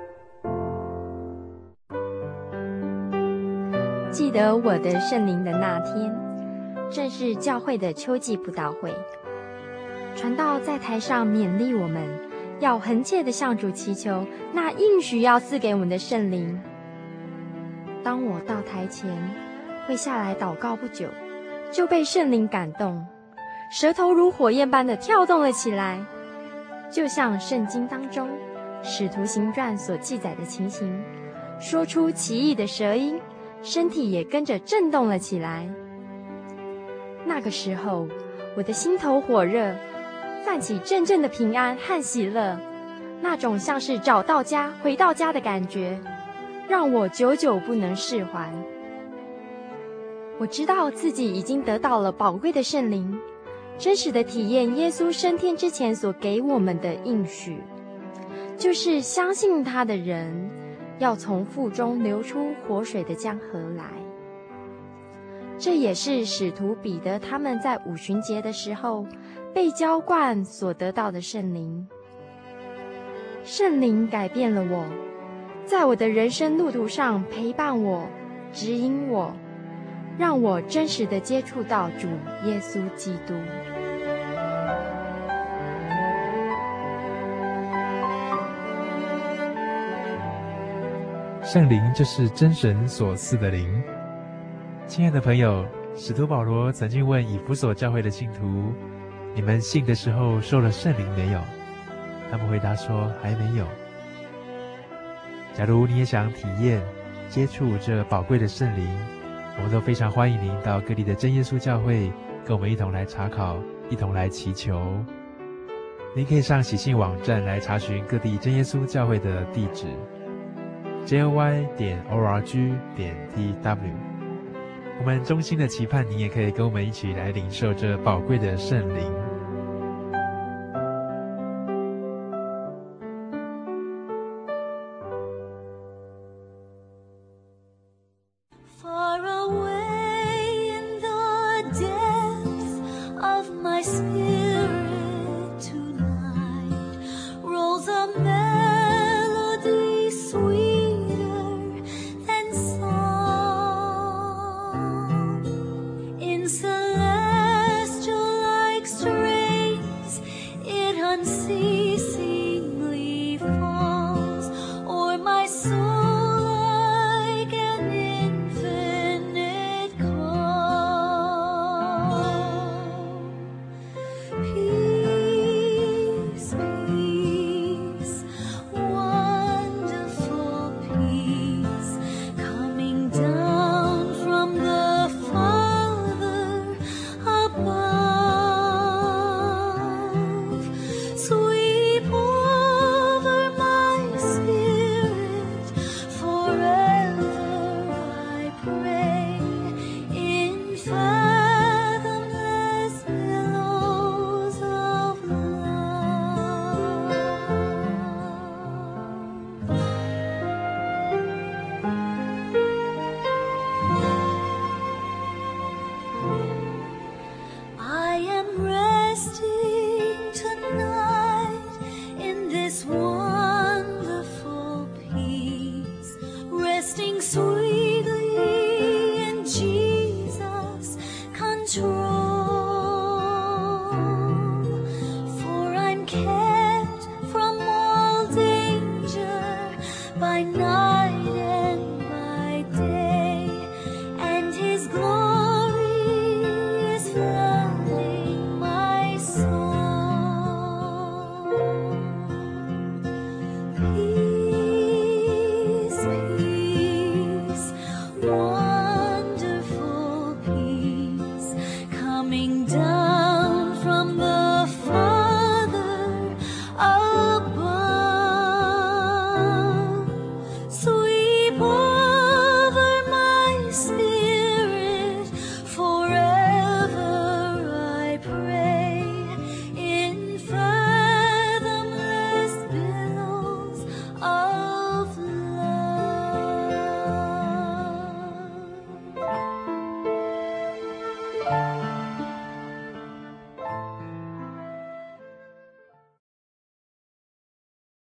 记得我的圣灵的那天，正是教会的秋季布道会，传道在台上勉励我们，要恒切地向主祈求那应许要赐给我们的圣灵。当我到台前会下来祷告不久，就被圣灵感动，舌头如火焰般的跳动了起来，就像圣经当中使徒行传所记载的情形，说出奇异的舌音，身体也跟着震动了起来。那个时候我的心头火热，泛起阵阵的平安和喜乐，那种像是找到家回到家的感觉，让我久久不能释怀。我知道自己已经得到了宝贵的圣灵，真实的体验耶稣升天之前所给我们的应许，就是相信他的人要从腹中流出活水的江河来。 这也是使徒彼得他们在五旬节的时候被浇灌所得到的圣灵。圣灵改变了我，在我的人生路途上陪伴我，指引我，让我真实的接触到主耶稣基督。 圣灵就是真神所赐的灵。亲爱的朋友，使徒保罗曾经问以弗所教会的信徒，你们信的时候受了圣灵没有？他们回答说还没有。假如你也想体验接触这宝贵的圣灵，我们都非常欢迎您到各地的真耶稣教会跟我们一同来查考，一同来祈求。您可以上喜信网站来查询各地真耶稣教会的地址 j o y 点 o r g 点 t w。 我们衷心的期盼您也可以跟我们一起来领受这宝贵的圣灵。 sweetly in Jesus' control.